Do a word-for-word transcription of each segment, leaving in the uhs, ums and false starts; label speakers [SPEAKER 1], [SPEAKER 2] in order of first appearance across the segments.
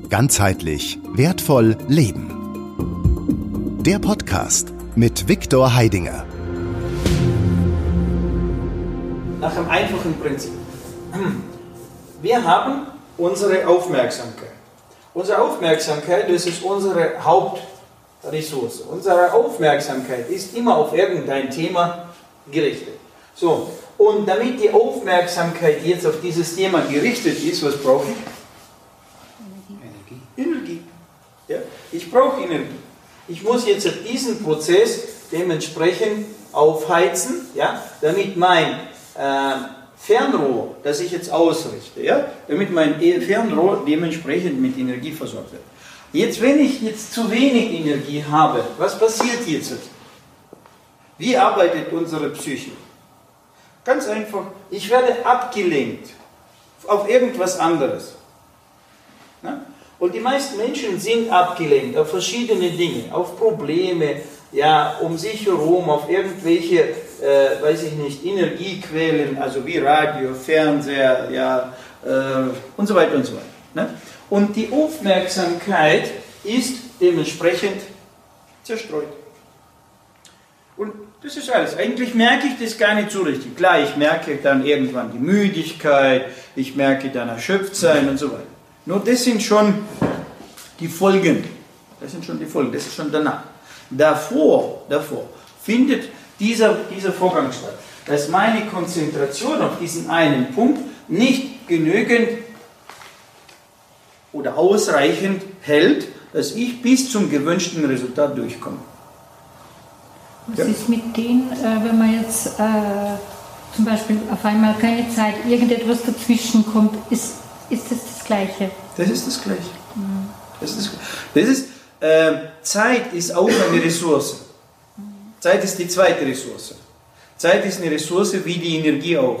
[SPEAKER 1] Ganzheitlich wertvoll leben. Der Podcast mit Viktor Heidinger.
[SPEAKER 2] Nach einem einfachen Prinzip. Wir haben unsere Aufmerksamkeit. Unsere Aufmerksamkeit, das ist unsere Hauptressource. Unsere Aufmerksamkeit ist immer auf irgendein Thema gerichtet. So, und damit die Aufmerksamkeit jetzt auf dieses Thema gerichtet ist, was brauche ich? Energie. Energie. Ja, ich brauche Energie. Ich muss jetzt diesen Prozess dementsprechend aufheizen, ja, damit mein äh, Fernrohr, das ich jetzt ausrichte, ja, damit mein Fernrohr dementsprechend mit Energie versorgt wird. Jetzt, wenn ich jetzt zu wenig Energie habe, was passiert jetzt? Wie arbeitet unsere Psyche? Ganz einfach, ich werde abgelenkt auf irgendwas anderes. Na? Und die meisten Menschen sind abgelenkt auf verschiedene Dinge, auf Probleme, ja, um sich herum, auf irgendwelche, äh, weiß ich nicht, Energiequellen, also wie Radio, Fernseher, ja, äh, und so weiter und so weiter. Ne? Und die Aufmerksamkeit ist dementsprechend zerstreut. Und das ist alles. Eigentlich merke ich das gar nicht so richtig. Klar, ich merke dann irgendwann die Müdigkeit, ich merke dann Erschöpftsein und so weiter. Nur das sind schon die Folgen. Das sind schon die Folgen, das ist schon danach. Davor, davor findet dieser, dieser Vorgang statt, dass meine Konzentration auf diesen einen Punkt nicht genügend oder ausreichend hält, dass ich bis zum gewünschten Resultat durchkomme.
[SPEAKER 3] Was ja. ist mit denen, äh, wenn man jetzt äh, zum Beispiel auf einmal keine Zeit, irgendetwas dazwischen kommt, ist, ist das das Gleiche?
[SPEAKER 2] Das ist das Gleiche. Mhm. Das ist, das ist, äh, Zeit ist auch eine Ressource. Mhm. Zeit ist die zweite Ressource. Zeit ist eine Ressource wie die Energie auch.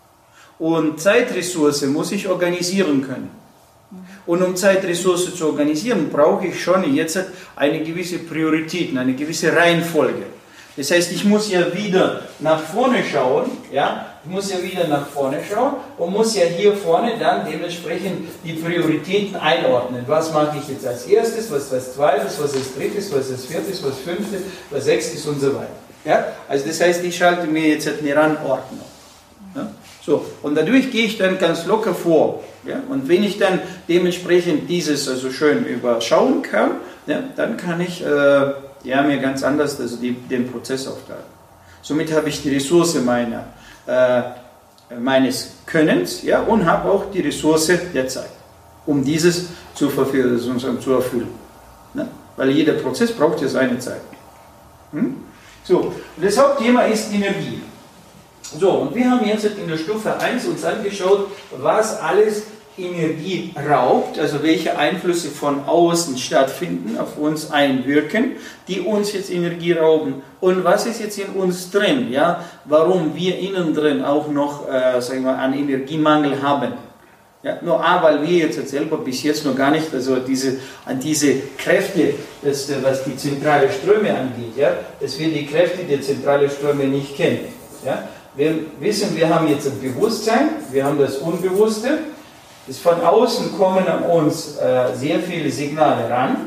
[SPEAKER 2] Und Zeitressource muss ich organisieren können. Und um Zeitressource zu organisieren, brauche ich schon jetzt eine gewisse Priorität, eine gewisse Reihenfolge. Das heißt, ich muss ja wieder nach vorne schauen, ja, ich muss ja wieder nach vorne schauen und muss ja hier vorne dann dementsprechend die Prioritäten einordnen. Was mache ich jetzt als erstes, was als zweites, was als drittes, was als viertes, was fünftes, was sechstes und so weiter. Ja? Also das heißt, ich schalte mir jetzt eine Rangordnung. Ja? So, und dadurch gehe ich dann ganz locker vor. Ja? Und wenn ich dann dementsprechend dieses also schön überschauen kann, ja, dann kann ich äh, ja, mir ganz anders also die, den Prozess aufteilen. Somit habe ich die Ressource meiner, äh, meines Könnens, ja, und habe auch die Ressource der Zeit, um dieses zu, verfüllen, zu erfüllen. Ne? Weil jeder Prozess braucht ja seine Zeit. Hm? So, und das Hauptthema ist Energie. So, und wir haben jetzt in der Stufe eins uns angeschaut, was alles Energie raubt, also welche Einflüsse von außen stattfinden, auf uns einwirken, die uns jetzt Energie rauben. Und was ist jetzt in uns drin, ja? Warum wir innen drin auch noch äh, sagen wir, einen Energiemangel haben. Ja? Nur A, weil wir jetzt selber bis jetzt noch gar nicht also diese, an diese Kräfte, das, was die zentrale Ströme angeht, ja? Dass wir die Kräfte der zentralen Ströme nicht kennen. Ja? Wir wissen, wir haben jetzt ein Bewusstsein, wir haben das Unbewusste. Das von außen kommen an uns äh, sehr viele Signale ran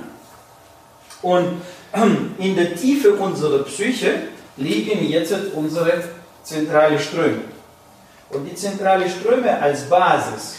[SPEAKER 2] und ähm, in der Tiefe unserer Psyche liegen jetzt unsere zentrale Ströme. Und die zentrale Ströme als Basis,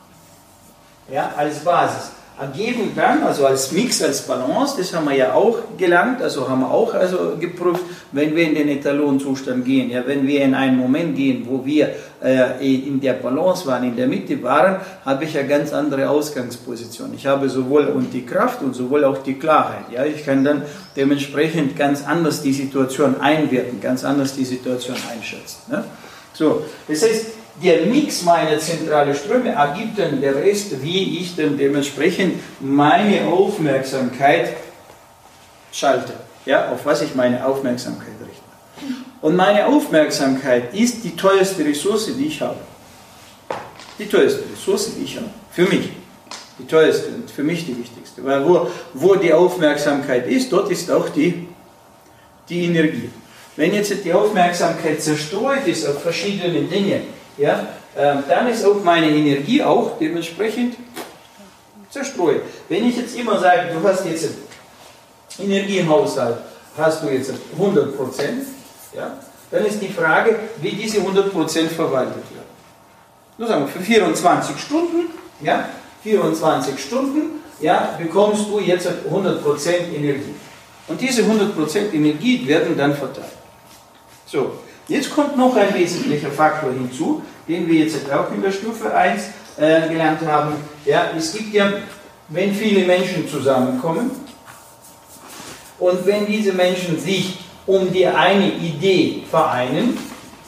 [SPEAKER 2] ja, als Basis, ergeben dann, also als Mix, als Balance, das haben wir ja auch gelernt, also haben wir auch also geprüft, wenn wir in den Etalonzustand gehen, ja, wenn wir in einen Moment gehen, wo wir äh, in der Balance waren, in der Mitte waren, habe ich ja ganz andere Ausgangsposition. Ich habe sowohl und die Kraft und sowohl auch die Klarheit. Ja, ich kann dann dementsprechend ganz anders die Situation einwirken, ganz anders die Situation einschätzen. Ne? So, das heißt, der Mix meiner zentralen Ströme ergibt dann der Rest, wie ich dann dementsprechend meine Aufmerksamkeit schalte, ja, auf was ich meine Aufmerksamkeit richte. Und meine Aufmerksamkeit ist die teuerste Ressource, die ich habe. Die teuerste Ressource, die ich habe. Für mich. Die teuerste und für mich die wichtigste. Weil wo, wo die Aufmerksamkeit ist, dort ist auch die, die Energie. Wenn jetzt die Aufmerksamkeit zerstreut ist auf verschiedene Dinge, ja, äh, dann ist auch meine Energie auch dementsprechend zerstreue. Wenn ich jetzt immer sage, du hast jetzt Energiehaushalt, hast du jetzt hundert Prozent, ja, dann ist die Frage, wie diese hundert Prozent verwaltet werden. Nur sagen wir, für vierundzwanzig Stunden, ja, vierundzwanzig Stunden, ja, bekommst du jetzt hundert Prozent Energie. Und diese hundert Prozent Energie werden dann verteilt. So, jetzt kommt noch ein wesentlicher Faktor hinzu, den wir jetzt auch in der Stufe eins äh, gelernt haben. Ja, es gibt ja, wenn viele Menschen zusammenkommen und wenn diese Menschen sich um die eine Idee vereinen,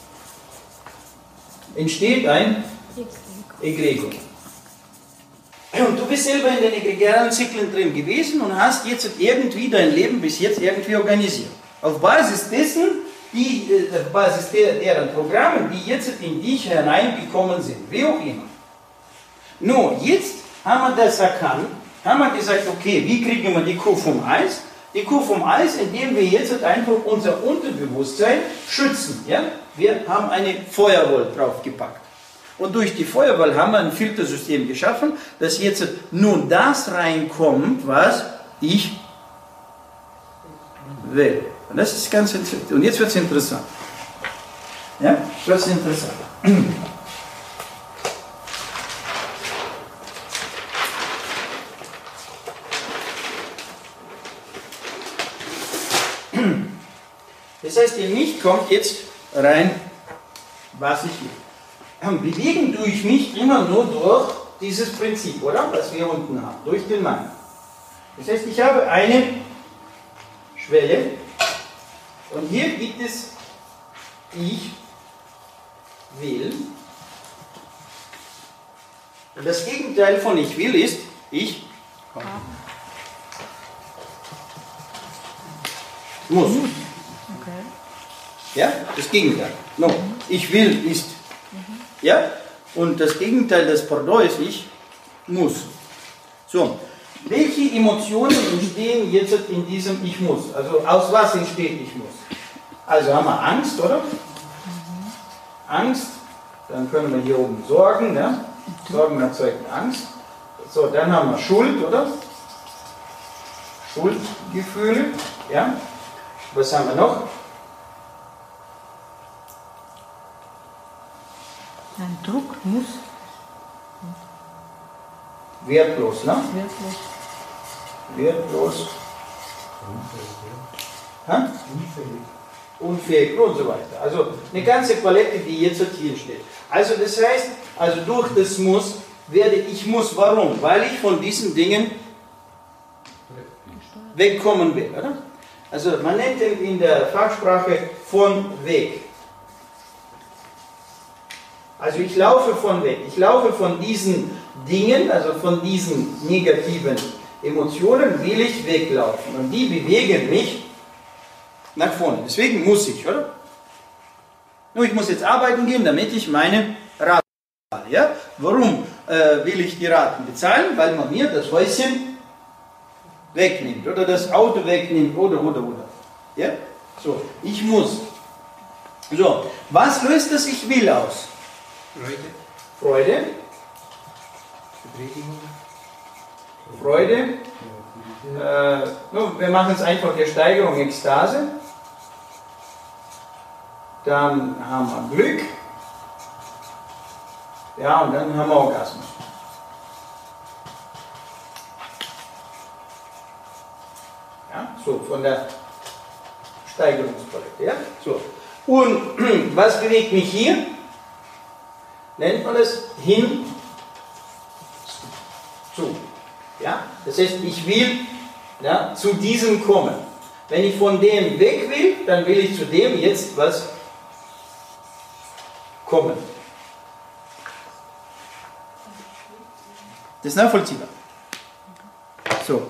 [SPEAKER 2] entsteht ein Egregor. Und du bist selber in den egregialen Zyklen drin gewesen und hast jetzt irgendwie dein Leben bis jetzt irgendwie organisiert. Auf Basis dessen, die, auf Basis der, deren Programme, die jetzt in dich hereingekommen sind, wie auch immer. Nur, jetzt haben wir das erkannt, haben wir gesagt, okay, wie kriegen wir die Kuh vom Eis? Die Kuh vom Eis, indem wir jetzt einfach unser Unterbewusstsein schützen. Ja? Wir haben eine Firewall draufgepackt. Und durch die Firewall haben wir ein Filtersystem geschaffen, dass jetzt nur das reinkommt, was ich will. Und das ist ganz interessant. Und jetzt wird es interessant. Ja, jetzt wird es interessant. Das heißt, in mich kommt jetzt rein, was ich will. Bewegen tue ich mich immer nur durch dieses Prinzip, oder? Was wir unten haben, durch den Mind. Das heißt, ich habe eine Schwelle und hier gibt es ich will. Und das Gegenteil von ich will ist ich muss.
[SPEAKER 3] Okay.
[SPEAKER 2] Ja, das Gegenteil. No, ich will ist ja, und das Gegenteil des Pardon ist ich muss. So, welche Emotionen entstehen jetzt in diesem ich muss? Also aus was entsteht ich muss? Also haben wir Angst, oder? Mhm. Angst, dann können wir hier oben Sorgen, ne? Sorgen erzeugen Angst. So, dann haben wir Schuld, oder? Schuldgefühle, ja? Was haben wir noch?
[SPEAKER 3] Ein Druck muss.
[SPEAKER 2] Wertlos, ne?
[SPEAKER 3] Wertlos.
[SPEAKER 2] Wertlos. Unfähig. Unfähig und so weiter. Also eine ganze Palette, die jetzt hier steht. Also das heißt, also durch das Muss werde ich muss. Warum? Weil ich von diesen Dingen wegkommen will, oder? Also man nennt den in der Fachsprache von weg. Also ich laufe von weg. Ich laufe von diesen Dingen, also von diesen negativen Emotionen, will ich weglaufen. Und die bewegen mich nach vorne. Deswegen muss ich, oder? Nur ich muss jetzt arbeiten gehen, damit ich meine Raten bezahle. Ja? Warum äh, will ich die Raten bezahlen? Weil man mir das Häuschen wegnimmt oder das Auto wegnimmt oder, oder, oder. Ja? So, ich muss. So, was löst das Ich will aus?
[SPEAKER 4] Freude.
[SPEAKER 2] Freude.
[SPEAKER 4] Befriedigung.
[SPEAKER 2] Freude. Äh, no, wir machen es einfach der Steigerung, Ekstase. Dann haben wir Glück. Ja, und dann haben wir Orgasmus. Ja, so von der Steigerungspalette. Ja? So. Und was bewegt mich hier? Nennt man es hin zu. Ja? Das heißt, ich will ja, zu diesem kommen. Wenn ich von dem weg will, dann will ich zu dem jetzt was kommen. Das ist nachvollziehbar. So.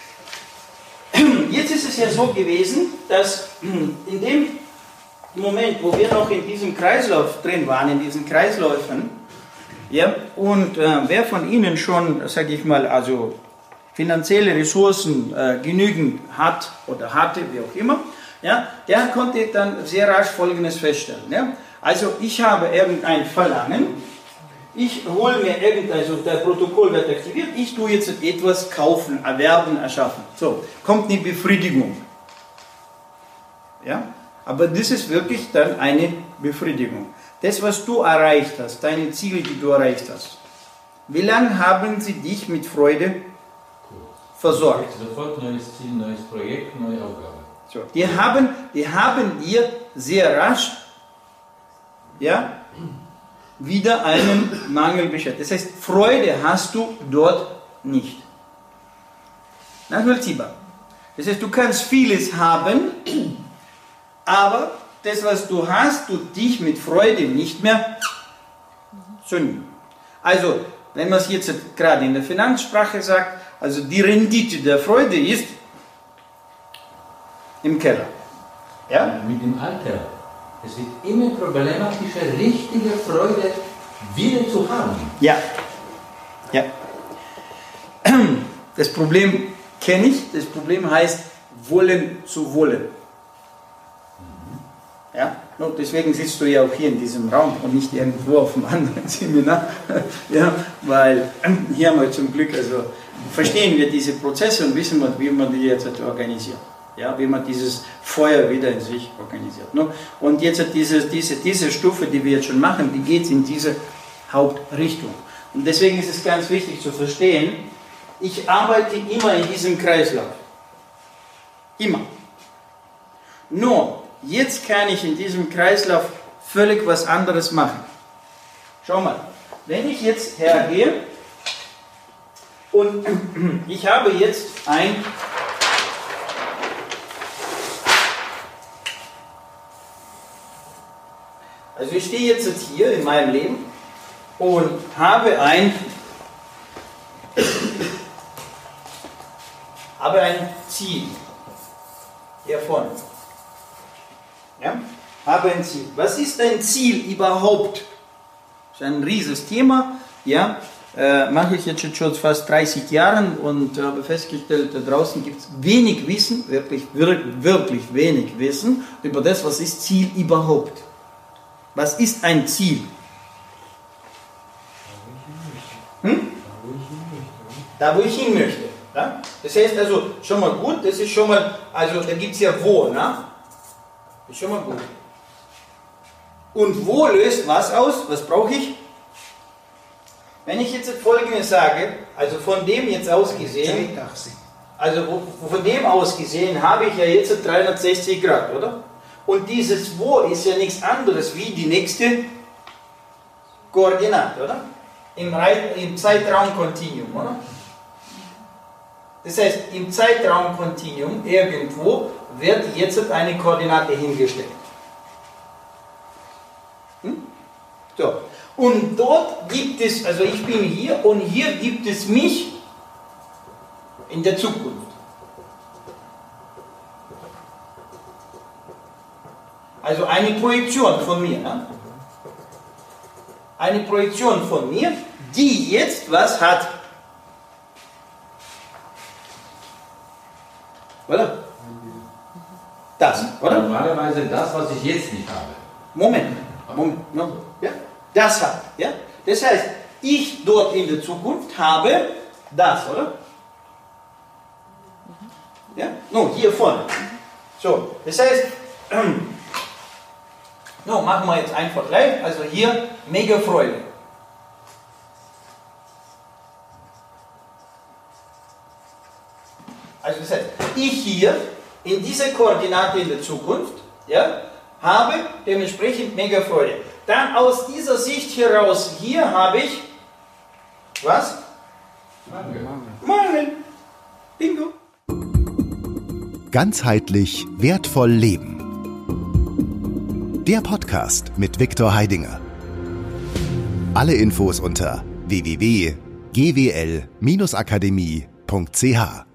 [SPEAKER 2] Jetzt ist es ja so gewesen, dass in dem Moment, wo wir noch in diesem Kreislauf drin waren, in diesen Kreisläufen, ja, und äh, wer von Ihnen schon, sage ich mal, also finanzielle Ressourcen äh, genügend hat oder hatte, wie auch immer, ja, der konnte dann sehr rasch Folgendes feststellen. Ja. Also ich habe irgendein Verlangen, ich hole mir irgendein, also der Protokoll wird aktiviert, ich tue jetzt etwas kaufen, erwerben, erschaffen. So, kommt eine Befriedigung. Ja? Aber das ist wirklich dann eine Befriedigung. Das, was du erreicht hast, deine Ziele, die du erreicht hast, wie lange haben sie dich mit Freude versorgt?
[SPEAKER 4] Sofort neues Ziel, neues Projekt, neue Aufgabe.
[SPEAKER 2] So, die, haben, die haben dir sehr rasch ja, wieder einen Mangel beschert. Das heißt, Freude hast du dort nicht. Nachvollziehbar. Das heißt, du kannst vieles haben, aber das, was du hast, tut dich mit Freude nicht mehr zünden. Also, wenn man es jetzt gerade in der Finanzsprache sagt, also die Rendite der Freude ist im Keller. Ja?
[SPEAKER 4] Mit dem Alter. Es wird immer problematischer, richtige Freude wieder zu haben.
[SPEAKER 2] Ja. Ja. Das Problem kenne ich. Das Problem heißt, wollen zu wollen. Ja? Und deswegen sitzt du ja auch hier in diesem Raum und nicht irgendwo auf einem anderen Seminar. Ja? Weil hier haben wir zum Glück, also verstehen wir diese Prozesse und wissen, wie man die jetzt organisiert. Ja, wie man dieses Feuer wieder in sich organisiert. Ne? Und jetzt diese, diese, diese Stufe, die wir jetzt schon machen, die geht in diese Hauptrichtung. Und deswegen ist es ganz wichtig zu verstehen, ich arbeite immer in diesem Kreislauf. Immer. Nur, jetzt kann ich in diesem Kreislauf völlig was anderes machen. Schau mal, wenn ich jetzt hergehe und ich habe jetzt ein Also ich stehe jetzt hier in meinem Leben und habe ein, habe ein Ziel. Hier vorne. Ja? Habe ein Ziel. Was ist ein Ziel überhaupt? Das ist ein riesiges Thema. Ja? Äh, mache ich jetzt schon fast dreißig Jahren und habe festgestellt, da draußen gibt es wenig Wissen, wirklich, wirklich wenig Wissen über das, was ist Ziel überhaupt. Was ist ein Ziel? Hm? Da, wo ich hin möchte. Ja? Das heißt also, schon mal gut, das ist schon mal, also da gibt es ja wo, ne? Das ist schon mal gut. Und wo löst was aus? Was brauche ich? Wenn ich jetzt Folgendes sage, also von dem jetzt aus gesehen, also von dem aus gesehen habe ich ja jetzt dreihundertsechzig Grad, oder? Und dieses Wo ist ja nichts anderes wie die nächste Koordinate, oder? Im, im Zeitraumkontinuum, oder? Das heißt, im Zeitraumkontinuum irgendwo wird jetzt eine Koordinate hingestellt. Hm? So. Und dort gibt es, also ich bin hier und hier gibt es mich in der Zukunft. Also eine Projektion von mir. Ne? Eine Projektion von mir, die jetzt was hat. Oder? Das, oder?
[SPEAKER 4] Normalerweise das, was ich jetzt nicht habe.
[SPEAKER 2] Moment. Moment. No. Ja? Das hat. Ja? Das heißt, ich dort in der Zukunft habe das, oder? Ja? No, hier vorne. So, das heißt, no, machen wir jetzt einfach gleich. Also hier mega Freude. Also das heißt, ich hier in dieser Koordinate in der Zukunft, ja, habe dementsprechend mega Freude. Dann aus dieser Sicht heraus, hier habe ich was?
[SPEAKER 4] Mangel.
[SPEAKER 2] Mangel. Bingo.
[SPEAKER 1] Ganzheitlich wertvoll leben. Der Podcast mit Viktor Heidinger. Alle Infos unter w w w punkt g w l Bindestrich akademie punkt c h.